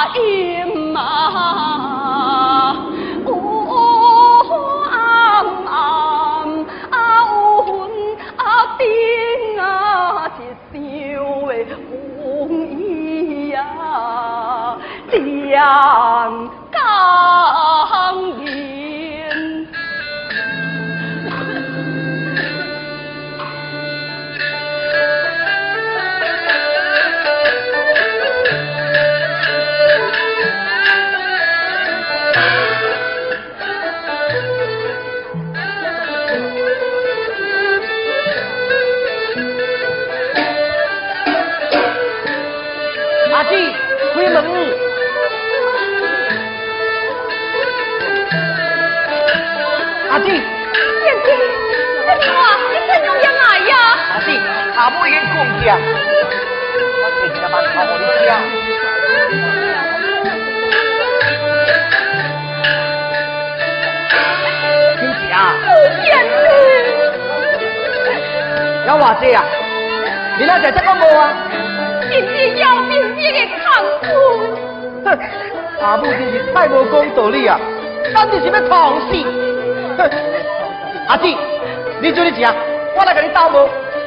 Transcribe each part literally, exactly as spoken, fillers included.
音啊，有暗暗啊有云啊顶啊一声的风雨啊，两江烟。 阿姊，开门！阿姊， 燕姐，这是我，你怎样来呀？ 阿姊，阿母已经讲去啊，我一定要把头给你听。亲姐啊， 燕姐， 有偌济啊？你哪在这讲无啊？ 是只要面子的康夫。 哼，阿母真是太无讲道理啊！咱就是要捅死。哼，阿姊，你做你吃，我来给你倒无。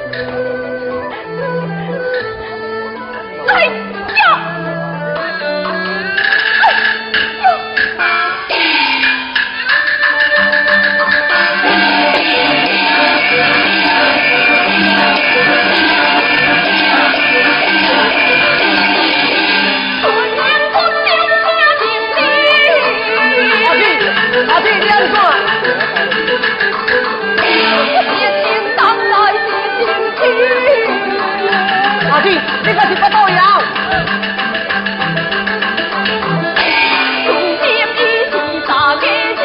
哎呀！ 阿姊，你安怎？阿姊，你可是不倒摇？ 从今已是大家子。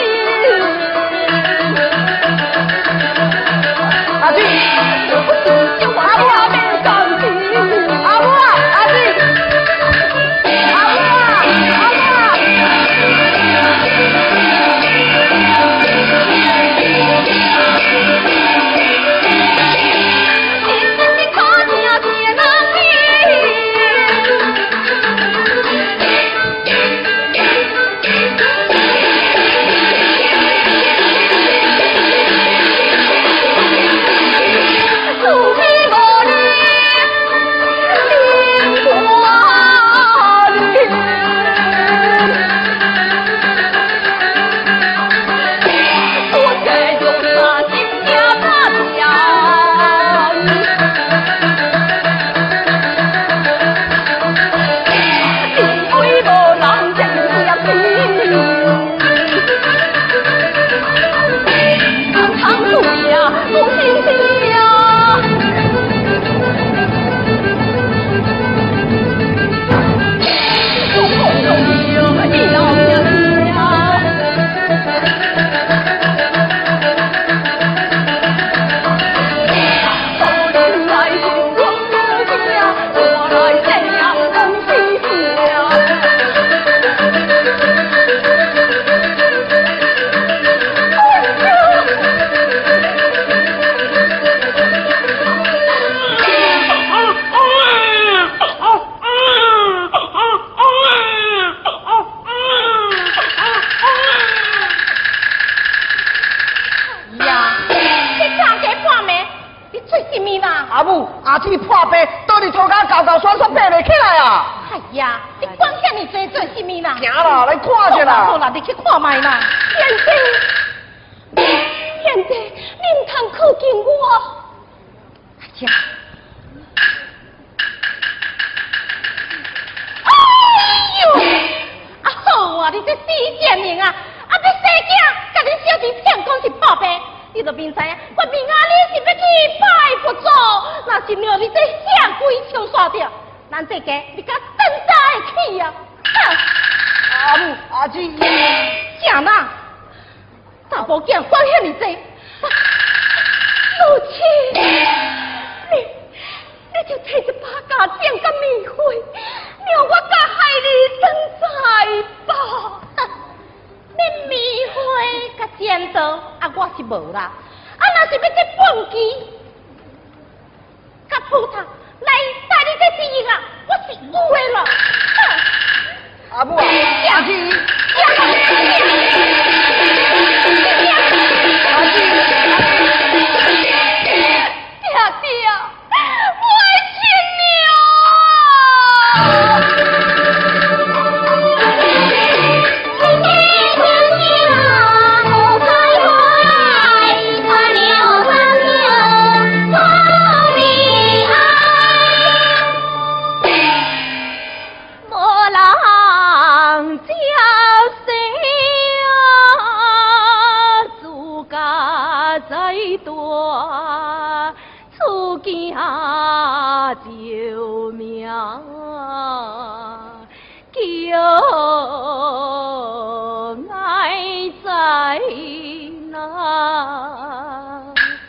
阿姊， 就我也没甘心。 阿母啊，阿姊，阿母啊，阿母啊！阿母，阿姊破病，倒伫涂骹搞搞酸酸爬袂起来啊！ 哎呀，你管遐尼多做什么啦？ 行啦，来看下啦。 好啦，你去看卖啦。燕姐，燕姐，你唔通靠近我。哎呀！哎呦！啊好啊，你这死贱人啊！啊这死囝，甲你小弟骗讲是破病。你都明知啊，我明仔日是要去拜佛祖，若是让你这下鬼笑煞掉，咱这家你甲真早会去啊！ 阿母，阿姊， 啥人？大宝囝管遐尼济，母亲，你你就摕一把家剪甲米花，让我甲害你生财吧。你米花甲剪刀啊，我是无啦。啊，若是要这蹦机，甲葡萄来带你这生意啊，我是有的啦。 阿母啊，阿姊，阿姊， 爹爹，我亲救命，救爱在哪？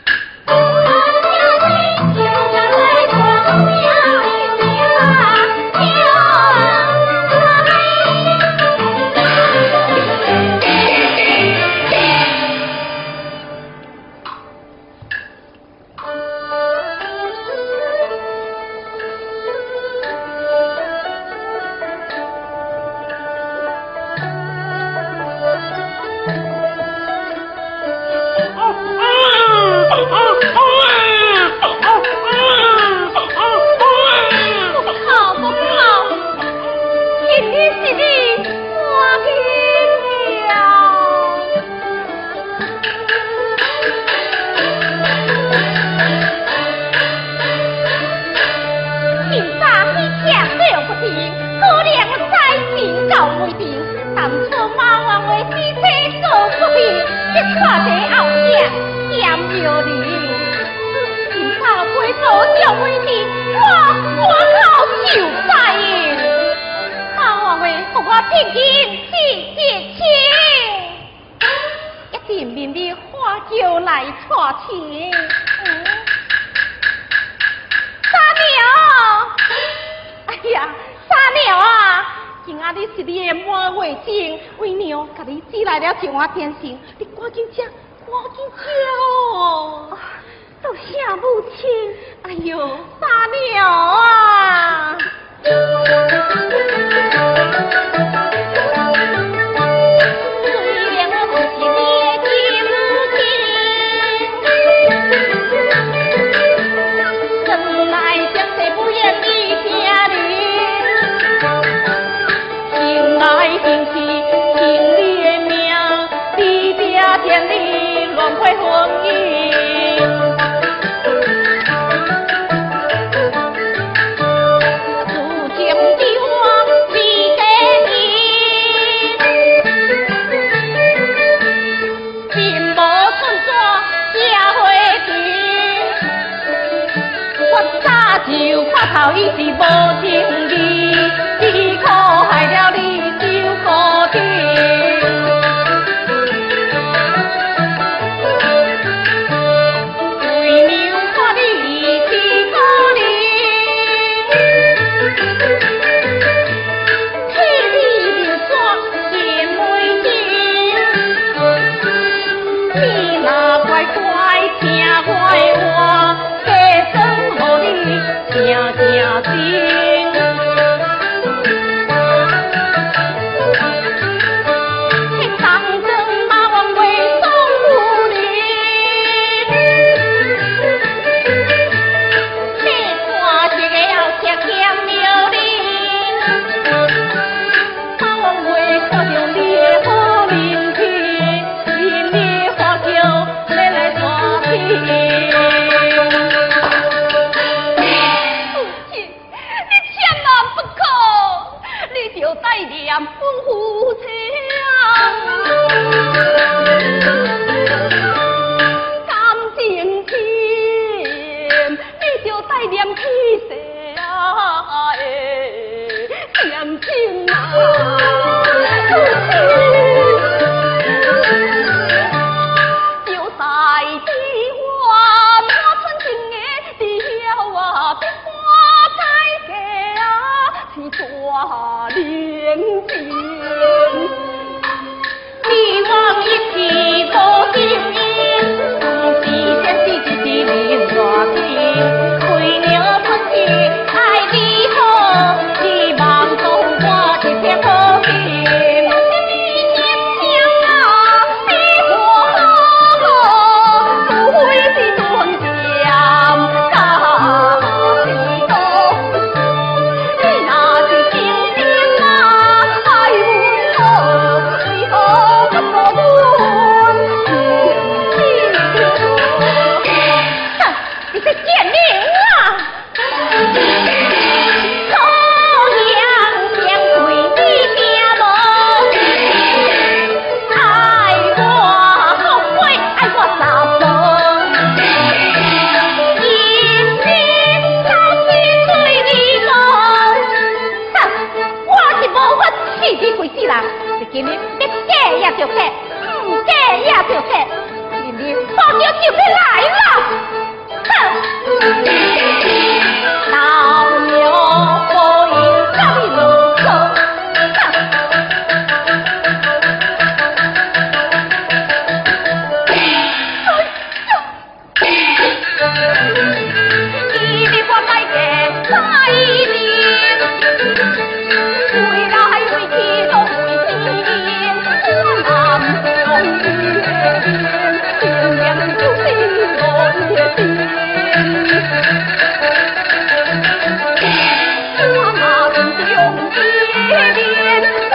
看这后生嫌着你，今朝陪做小妹弟，我我靠受在因，马王爷和我聘金是结亲，一定明日花轿来娶亲。嗯，三娘，哎呀，三娘啊！今仔日是你的满月节，为娘甲你寄来了一碗点心，你赶紧吃，赶紧吃哦！多谢母亲，哎呦，三娘啊！虽然我不是你的亲，真来将这不愿意听你。爱情是情你的命，你爹天理乱配婚姻。自情的我是个人，心无寸转社会情，我早就看透伊是无情义，只可害了你。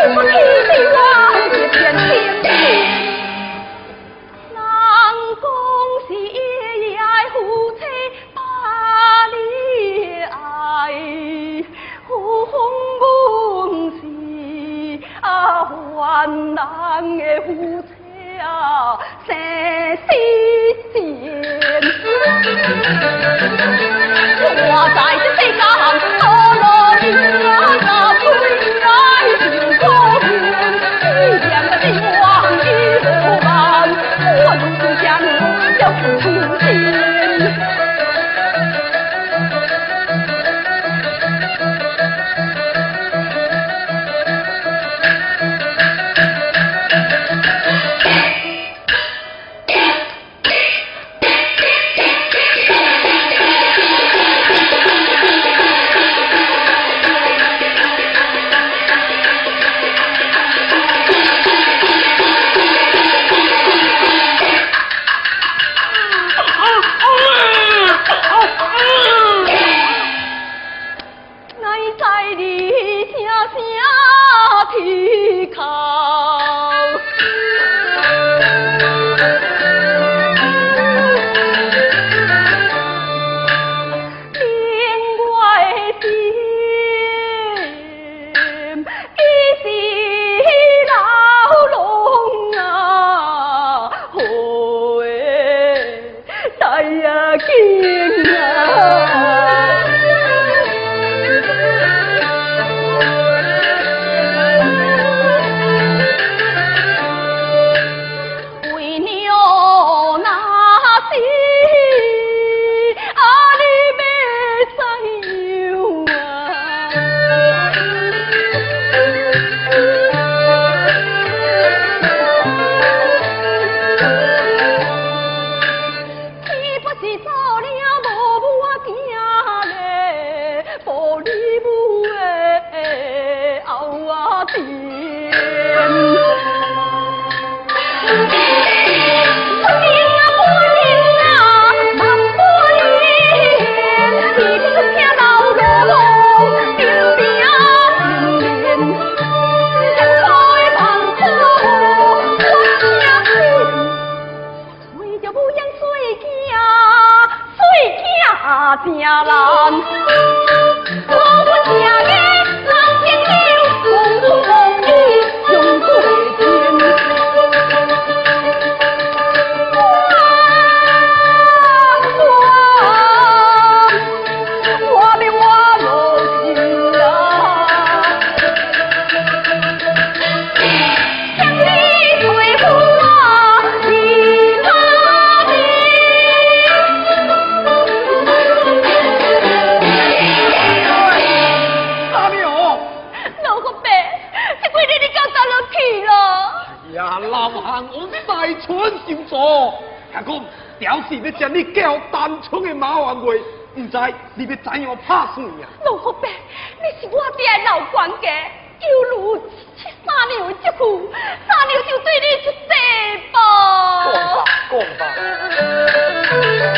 你要怎样拍算呀？ 老伯伯，你是我爹老管家，犹如七三娘的媳妇，三娘就对你出世吧。 讲吧，讲吧。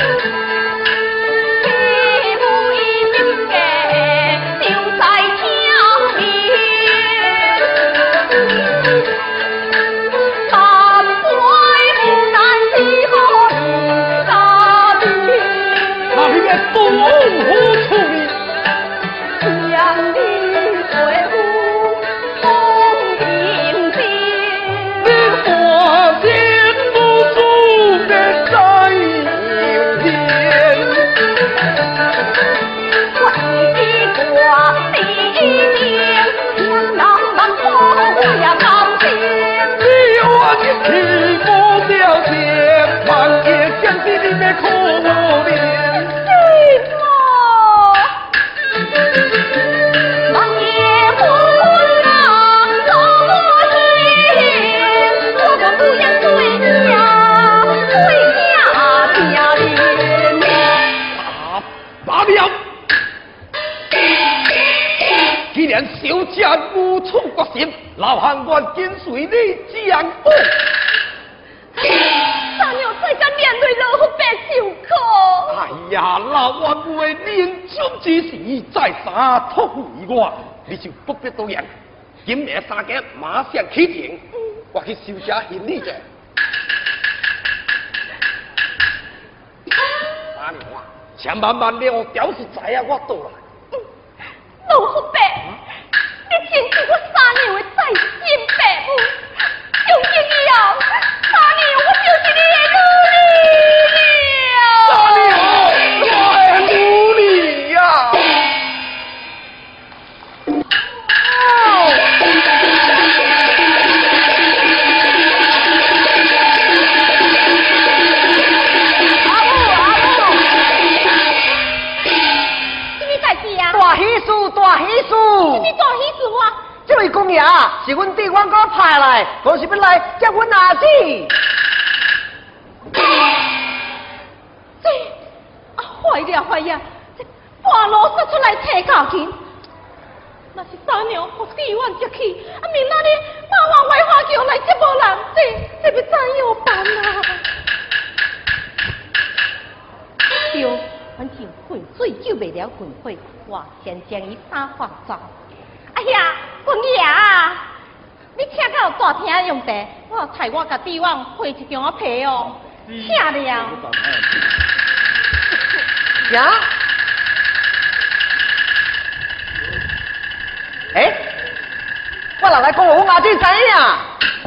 小姐无处决心，老汉愿跟随你江湖。 三娘再敢连累老伯受苦。 哎呀，老汉为临终之时再三托付我，你就不必多言。 今夜三更马上启程，我去收车行李者。三娘啊，千万万了，屌是知啊，我倒来。 老父伯，你真是我三娘的再心伯母，从今以后，三娘我就是你的女儿了。 三娘，我的女儿呀！ 大喜事，大喜事！ 什么大喜事啊？ 这位公爷是阮地方哥派来，可是要来接阮阿姊。 这啊，坏了坏了！这半路杀出来提卡琴，那是三娘互地王接去，啊明仔日马往外花桥来接无人，这这要怎样办啊？对，反正浑水救不了浑水。我先将伊打发走。哎呀，公爷啊，你请到大厅用茶，我替我甲帝王配一张被哦，请了。 呀？哎，我老来讲我阿姊知影。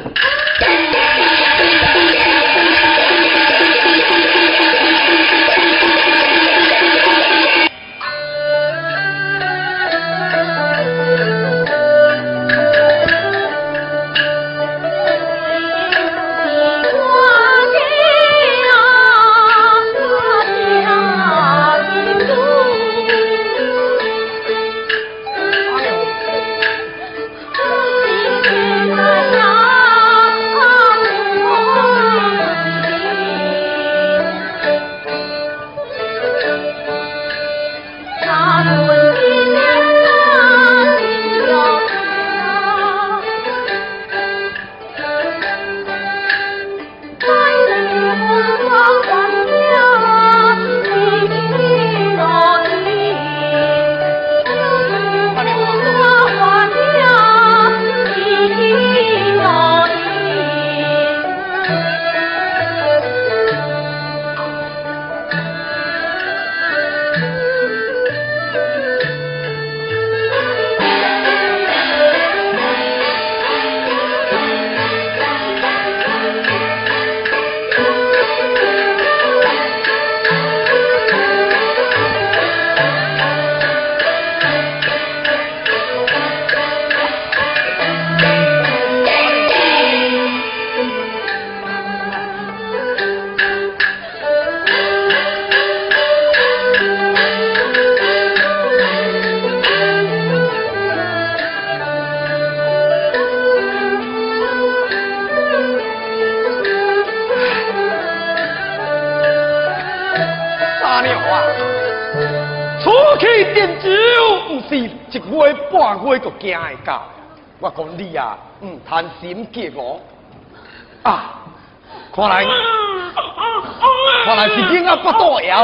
一月半月就惊会到，我讲你啊，唔贪心急我啊！看来，看来是囡仔不大摇。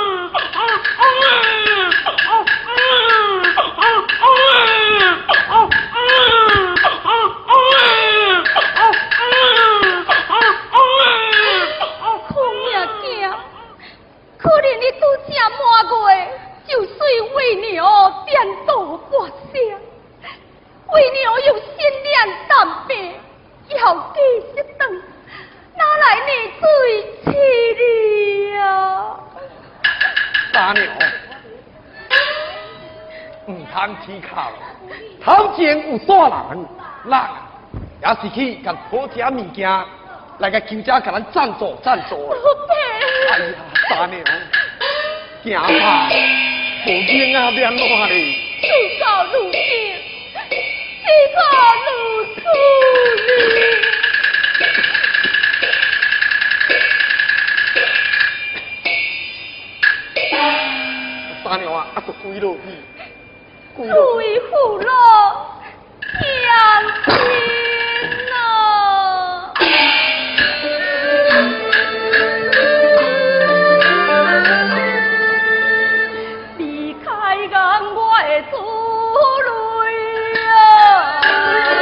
可怜你拄正满月，就随为娘颠倒发声，为娘又心凉胆病，要继续等，哪来你最凄厉啊？ 三娘，唔通起靠，头前有大人，人也是去甲讨这物件，来甲求家甲咱赞助赞助的。哎呀，三娘，惊怕，无囡仔变怎哩？ 事到如今，只可如此哩。 三娘啊，啊，就归落去，归落去。为父老相亲啊！离开俺我的子女啊！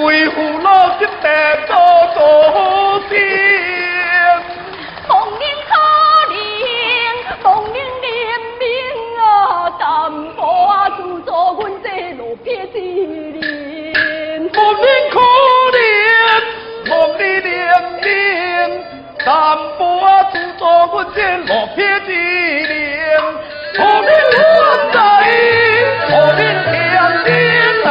为父老一代多多心。 梦灵可怜，梦灵怜悯啊，淡薄啊，助助阮这路撇之人。 梦灵可怜，梦灵怜悯，淡薄啊，助助阮这路撇之人。梦灵存在，梦灵天天来。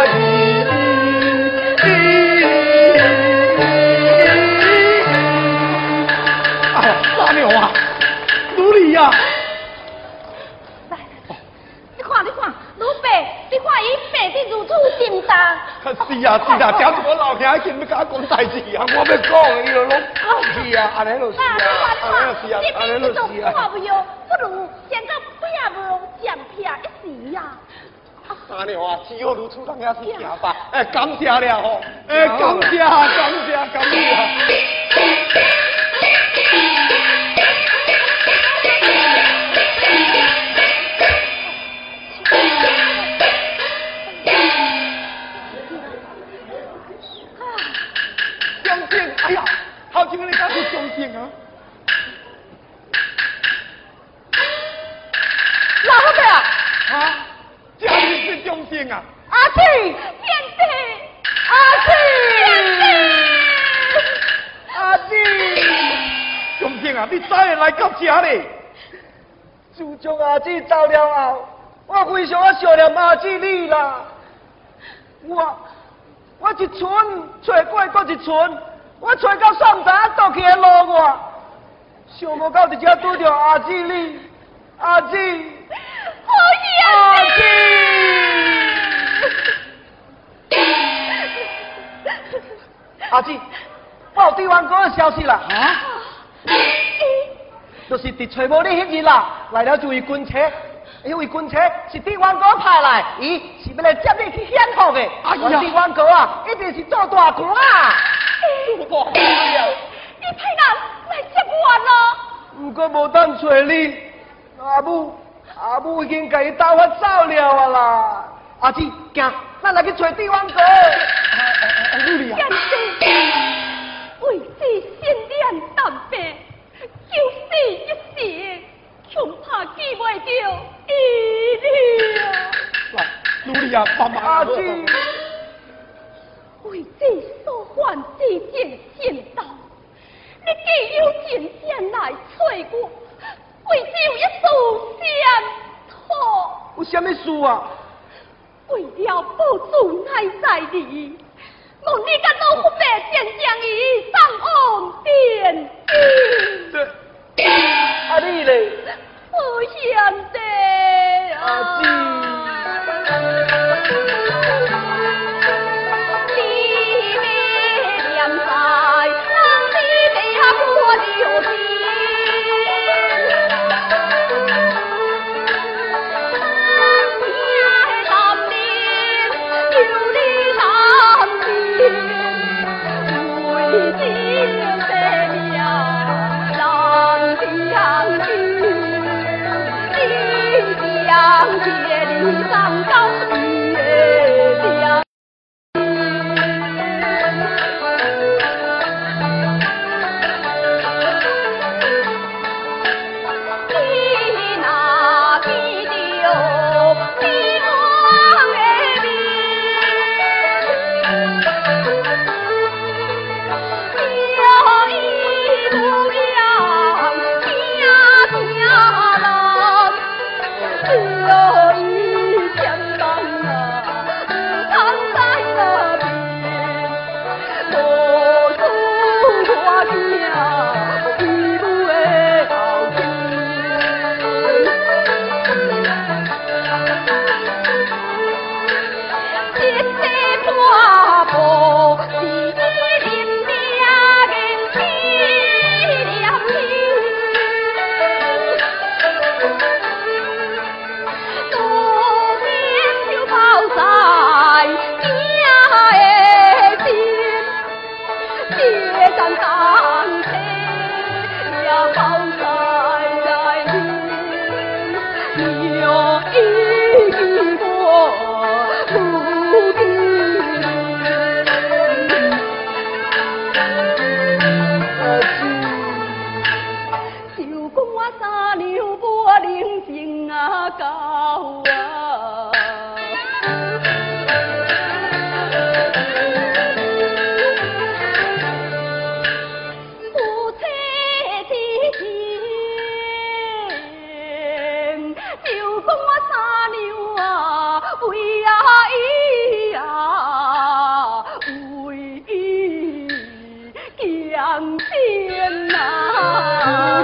大牛啊，努力呀！ 来，你看，你看，老爸，你看伊病得如此心重。 是啊是啊，点我老兄今要甲我讲代志啊，我要讲，伊就拢是啊，安尼就是啊，安尼就是啊，安尼就是啊。 话不要，不如先到不要无相片一时呀。 大牛啊，只有如此人也是行吧？哎，感谢了吼，哎，感谢感谢感谢。中正，哎呀，好像你家是中正啊！ 老伯啊！ 啊，家里是中正啊！ 阿弟，天地，阿弟，天地，阿弟， 中正啊，你早会来到这里？ 自从阿姊走了后，我非常啊想念阿姊你啦。我我一村找过搁一村，我找到上闸倒去的路外，想无到伫遮拄着阿姊你，阿姊， 可以啊， 阿姊。阿姊，我有对王哥的消息啦。啊？就是伫找无你迄日啦，来了一位军车，因为军车是帝王哥派来，伊是要来接你去献福的。哎呀，帝王哥啊，一定是做大官啊！ 做大官啊！ 你派人来接我咯？ 不过无等找你，阿母阿母已经甲伊斗发走了啊啦。阿姊，行，咱来去找帝王哥。 努力啊！ 为此心念淡白。救死一时，恐怕记袂着伊了。 来，努力啊，帮忙！ 阿姊， 为这所犯之件先到，你既有前线来找我，为只有一事相托。 有什么事啊？ 为了保住爱在你，望你甲老父伯先将伊送往殿去。 对。阿你嘞？ 我兄弟阿姊， 你别念在，让你别我留心。当年有你当年，为今这样。相聚，你相见你上高月亮。你那比丢你我的命，有一不要。有一千万上天呐！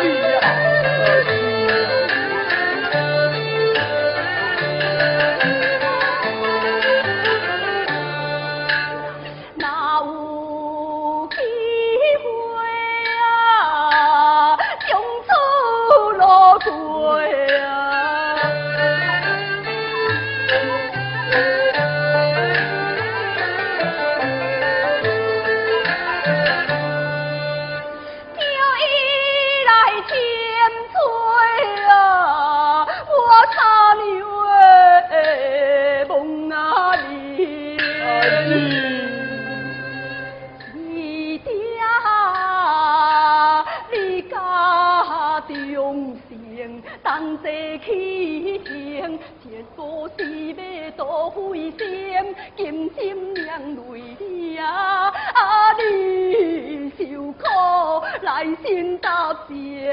当这起行，铁锁是要多费心，金心娘泪啊，啊你受苦来心答谢，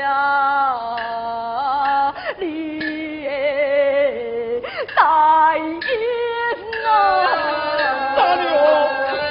你的大恩啊！ 大娘，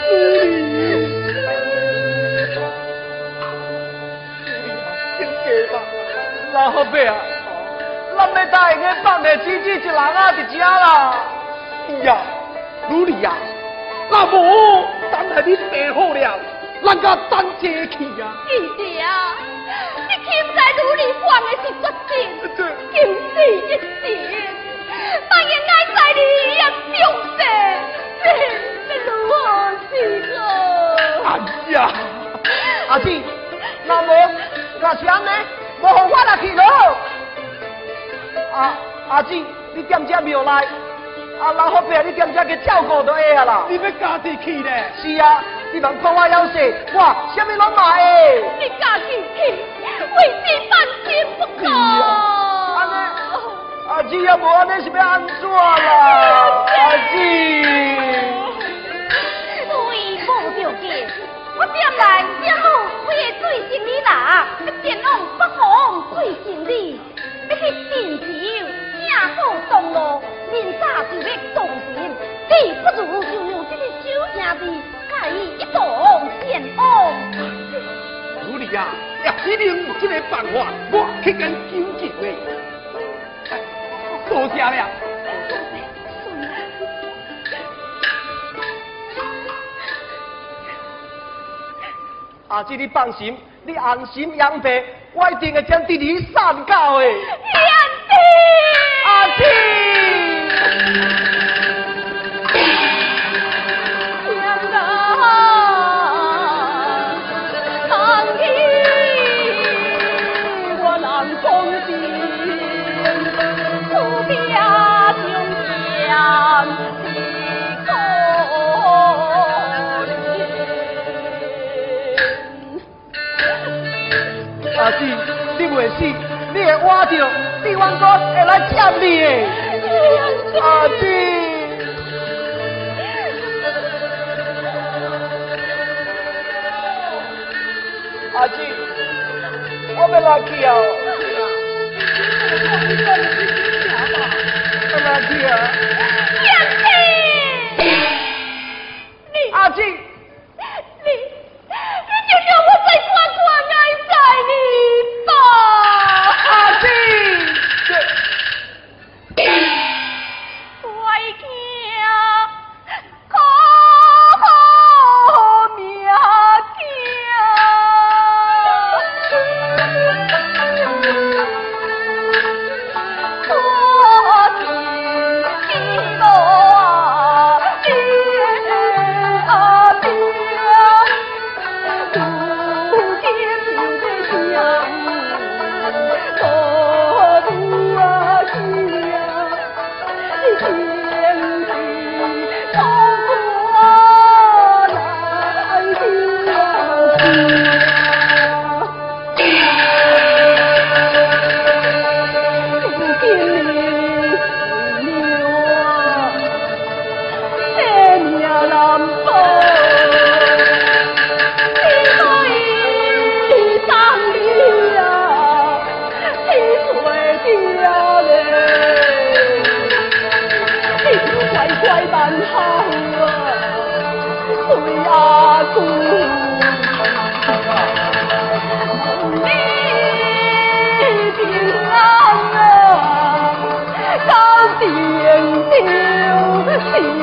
应该吧，老后辈啊！咱要答应个放下姊姊一人啊，伫遮啦。是啊，女儿啊，那无等下你病好了，咱甲等这去啊。 是啊，你欠在女儿犯的是绝情，今世一世，但愿爱在你也中世，这如何是好？ 哎呀， 阿姊，那无若是安尼，无互我来去咯。啊，阿姊，你踮遮庙内，啊，老好伯，你踮遮去照顾就会啊啦。 你要家己去呢？ 是啊，你莫看我夭寿，我什么拢嘛会。 你家己去，为之放心不可。 安尼，阿姊也无安尼是要安怎啦？阿姊， 为无条件，我点来正好为个水性你啦，前往北方水性你。要去寻求正好东路，明早就要动身，既不如就用这个小兄弟甲伊一同前往。 女儿啊，要是能有这个办法，我去跟求救的。多谢了。 阿姊，你放心，你安心养病，我一定会将弟弟善教的。阿姊， 娘啊，当天我难从心，出边中将是可怜。 阿姊，你袂死，你会活着。帝王哥会来接你的，阿姊，阿姊，我要来去啊！我来去啊！阿姊，你你就让我再看看爱在你吧， 阿姊。 啊！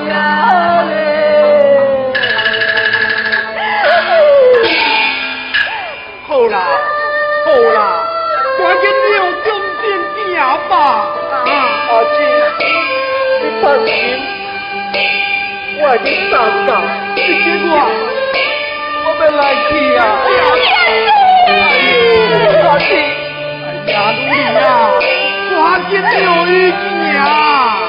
呀嘞！ 好啦，好啦，赶紧了中正行吧。啊， 阿姊，你放心，我会去上当。 你给我， 我要来去啊！哎呦，阿姊， 哎呀，努力啊，赶紧了伊行。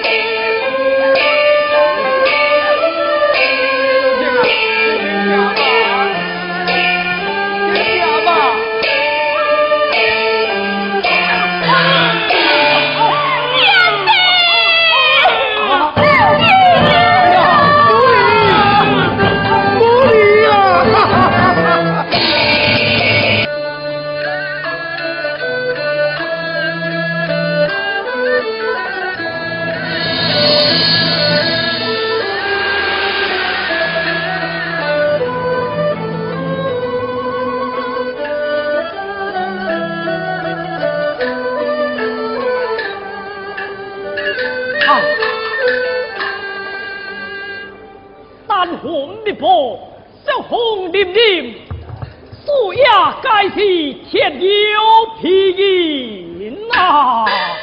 小红凛凛，树叶该是天有皮影啊！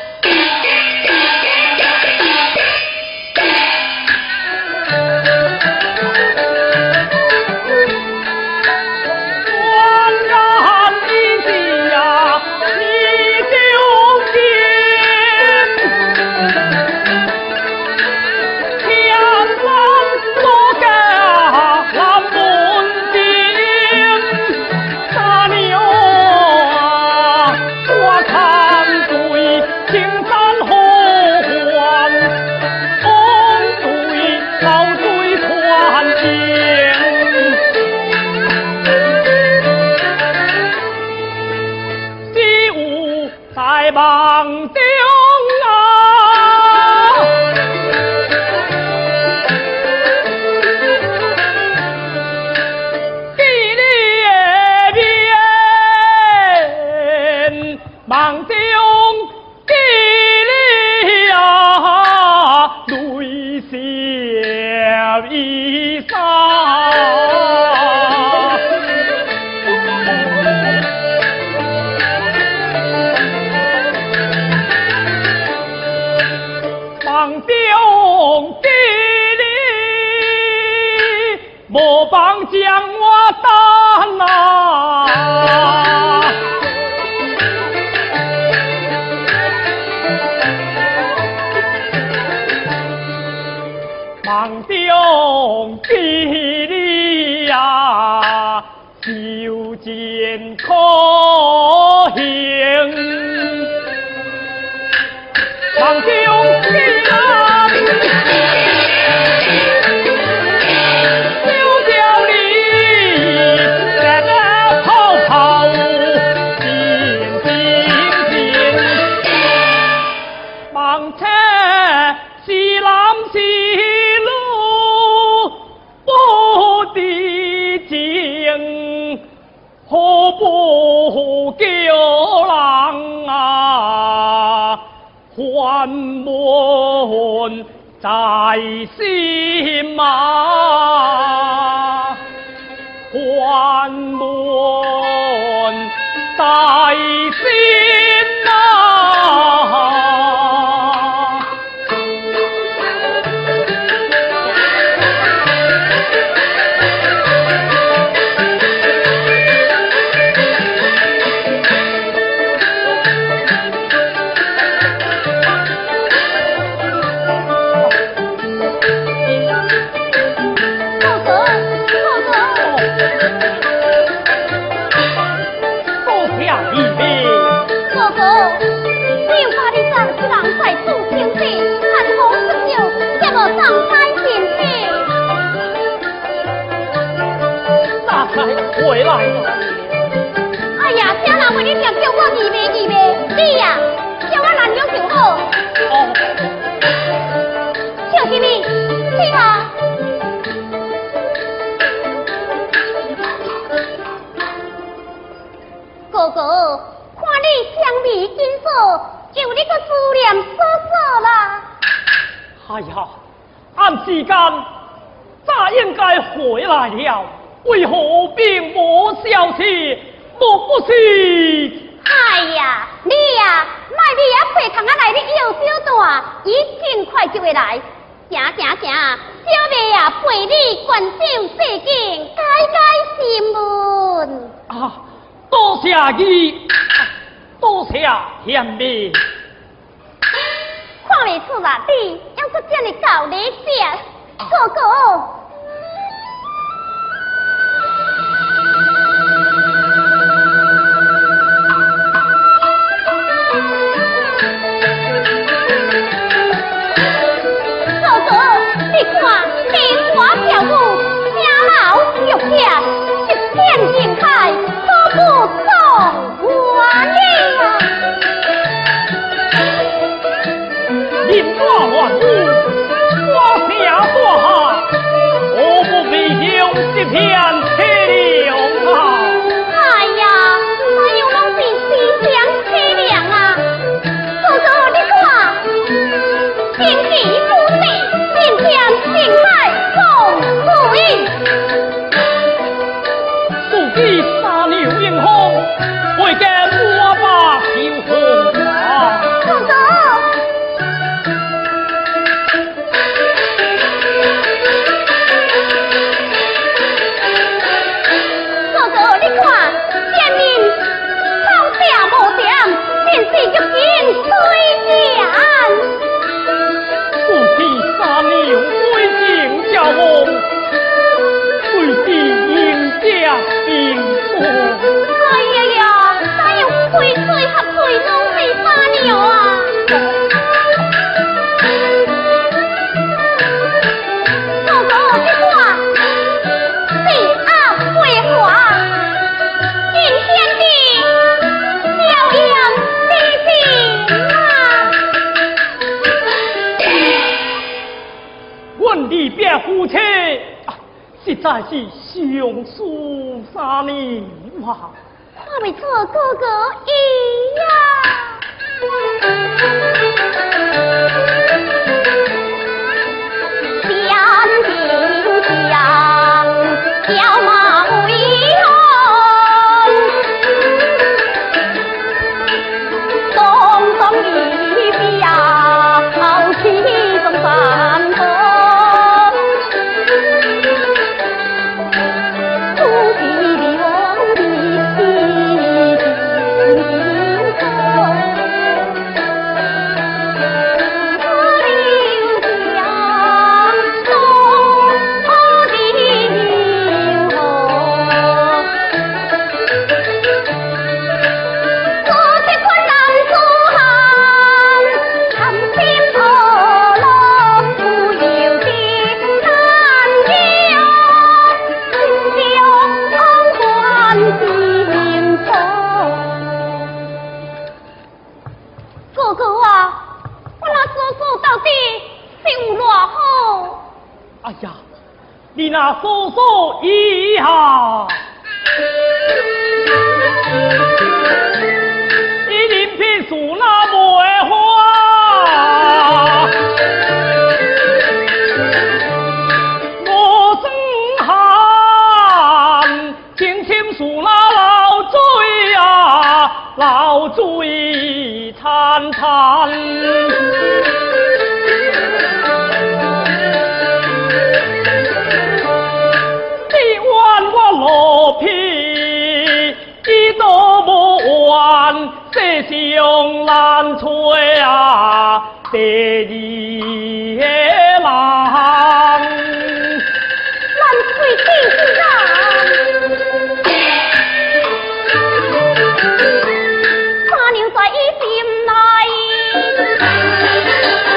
回来了！ 哎呀，听人话你常叫我二妹二妹，你呀叫我兰娘就好。哦。笑什么？去吧。哥哥，看你相眉紧锁，就你个思念嫂嫂啦。 哎呀， 按时间早应该回来了，为何并无消息？莫不是？ 哎呀，你呀，卖你啊陪空啊来你摇小段，伊尽快就会来。行行行，小妹啊陪你观赏世景，解解心闷。 啊，多谢你，多谢贤妹。 看未出啦，你要出这么高礼节，哥哥。你看，莲花跳舞，声老玉石，一片景海，可不壮观了。 人花乱舞，花声大下，何不比上一片凄凉啊？ 哎呀，哪有拢是凄凉凄凉啊？哥哥，你看，天地不地。面前景海风水， 数记三牛迎风，为见我把秋风啊！ 哥哥，哥哥，你看，前面草下无点，便是玉金推荐。 三牛归境家翁，随之迎家并坐。 哎呀呀，哪有推推合推拢是三牛啊？哥哥，你看，地压飞华，尽天地耀阳地平啊！ 问你别夫妻，实在是相思三年啊！ 看没错，哥哥一呀。天庭上，小马为红，东东一比呀，好气中山峰。 哎呀，你那说说一下，一林片树那梅花，我生寒，青青树那老追啊，老追潺潺。罗皮一朵不完，这香兰翠啊，第二郎， 兰翠第上，花牛在伊心内。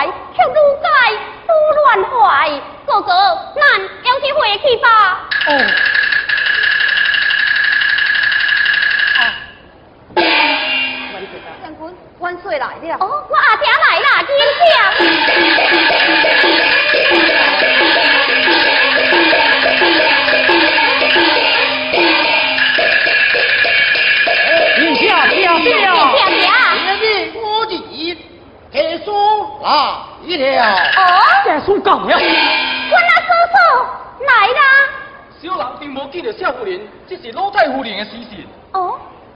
却愈改愈乱坏。哥哥，咱要去回去吧。 哦。 将军，万岁来了。哦，我阿姐来啦，紧殿下，殿下，殿下， 殿下， 今日我日提书来了。 哦， 这书讲了。 阮阿叔叔来啦。 小人并无见到少夫人，这是老太夫人的私信。 哦。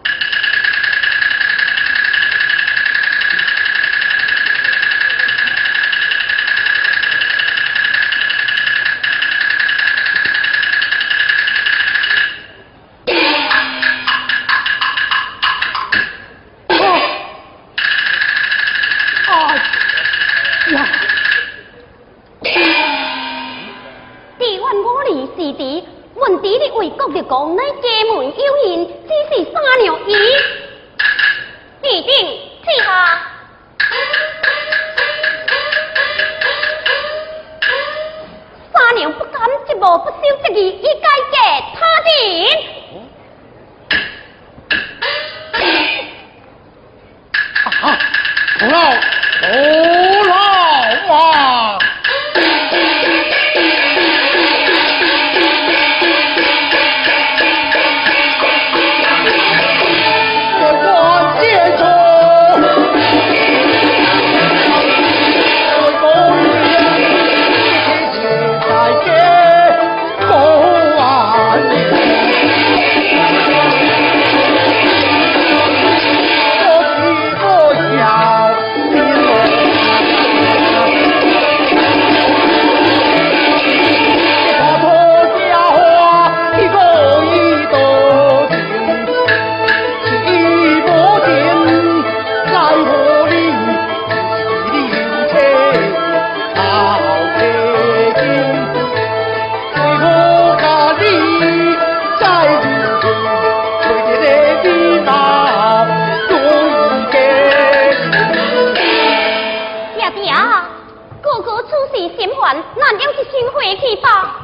为国的讲，乃家门有人，只是三娘伊，一定去下。三娘不敢一步不守责义，以改嫁他人。 啊！徒劳，徒劳啊！咱要是先回去吧。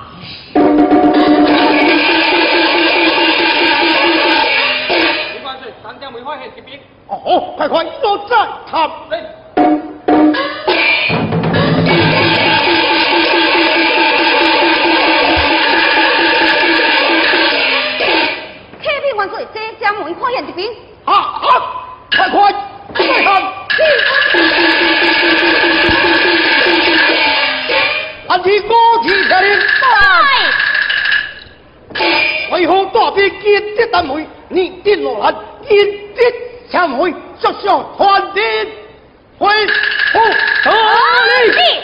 李万岁，咱将梅花献这边。 哦，快快，我再看。 来。 启禀万岁，这将梅花献这边。 啊啊！快快，再看。按起歌曲下令，为何大兵坚决单位，你定落来，坚决相会，速上团结，回复得令。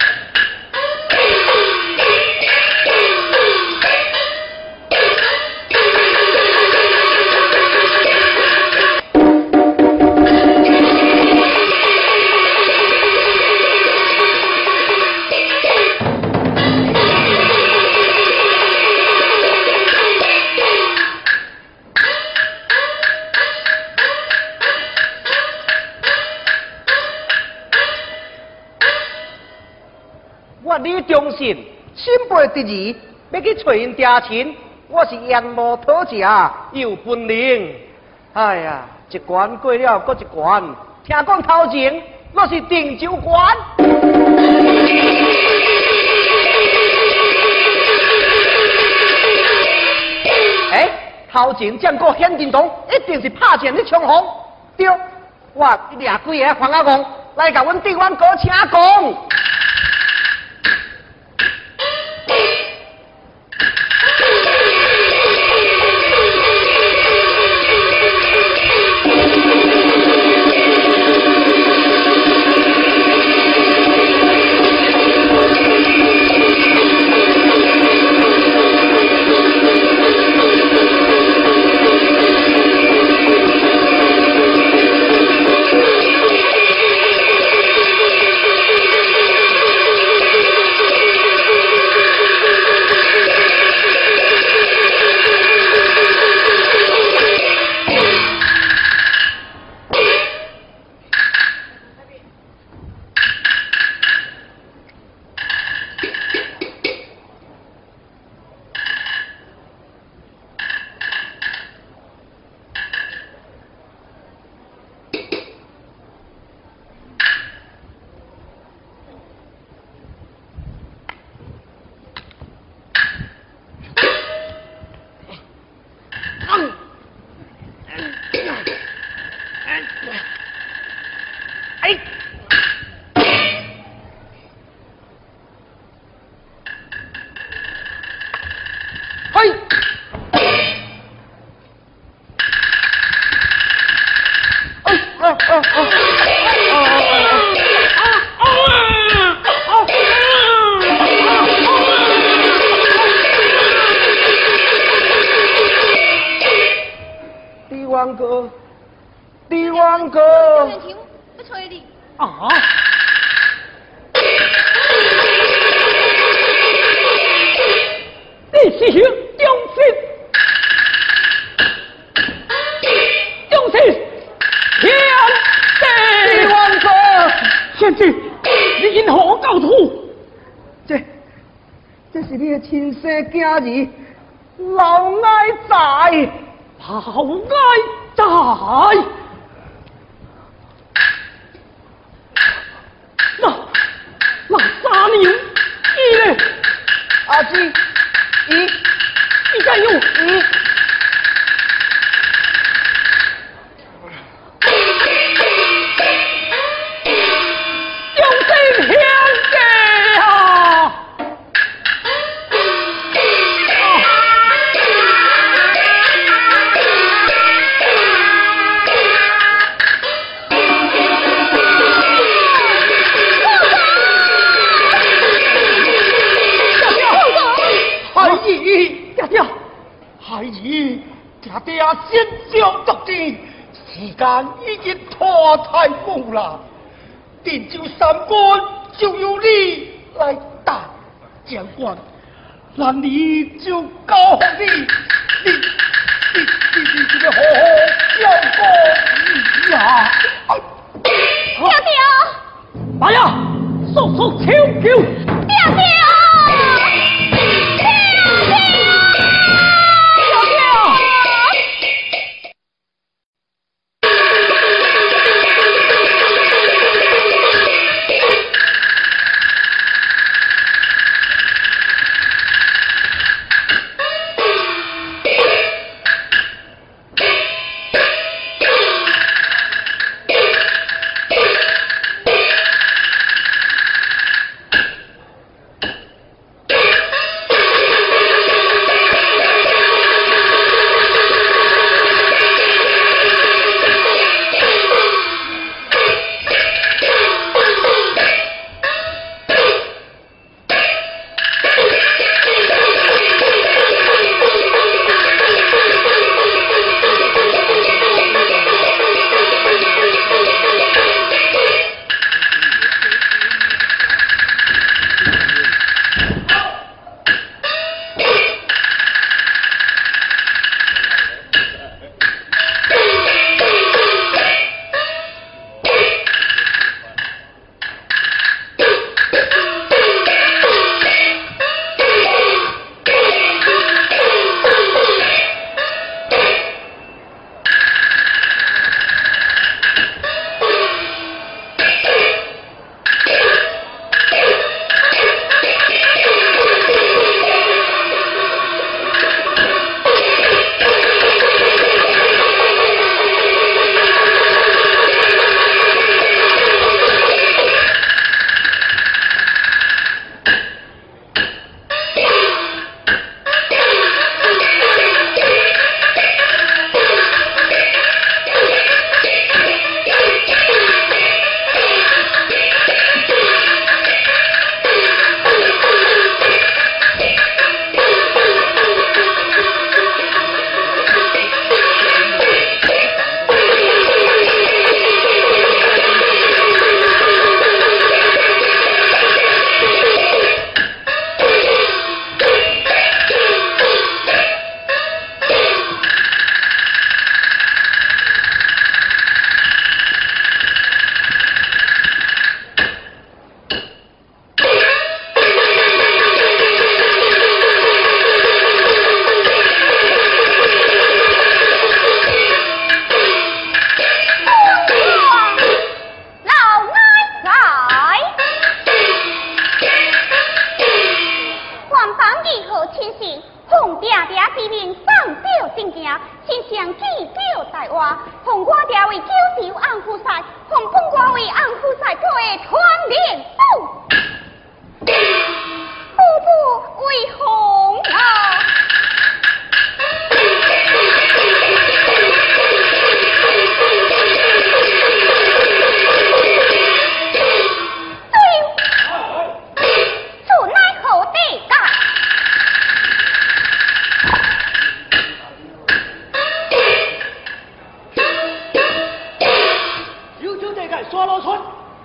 李忠信心背得意，要去找因爹亲，我是言无讨价又本领。哎呀，一关过了，搁一关。听讲头前我是定州关。哎，头前将过显震动，一定是拍战的枪锋。对，我掠几个黄阿公来甲阮弟阮哥请讲。 你是兄忠心，忠心，天地王者，贤弟，你因何教徒？ 这，这是你的亲生囝儿，老爱在， 老爱在。那那三娘，伊呢？ 阿姊，伊， 伊加油！ 伊。 先将得知，时间已经拖太久了。定州三关就由你来担将官，那你就交给你，你你你你这个好好交过你呀！ 爹爹， 来呀，速速求救！ 爹爹。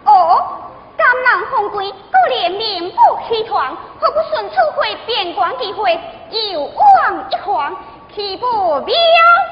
哦，甘南红贵各连名不虚传，何不顺处会边关机会，有往一环，岂不妙？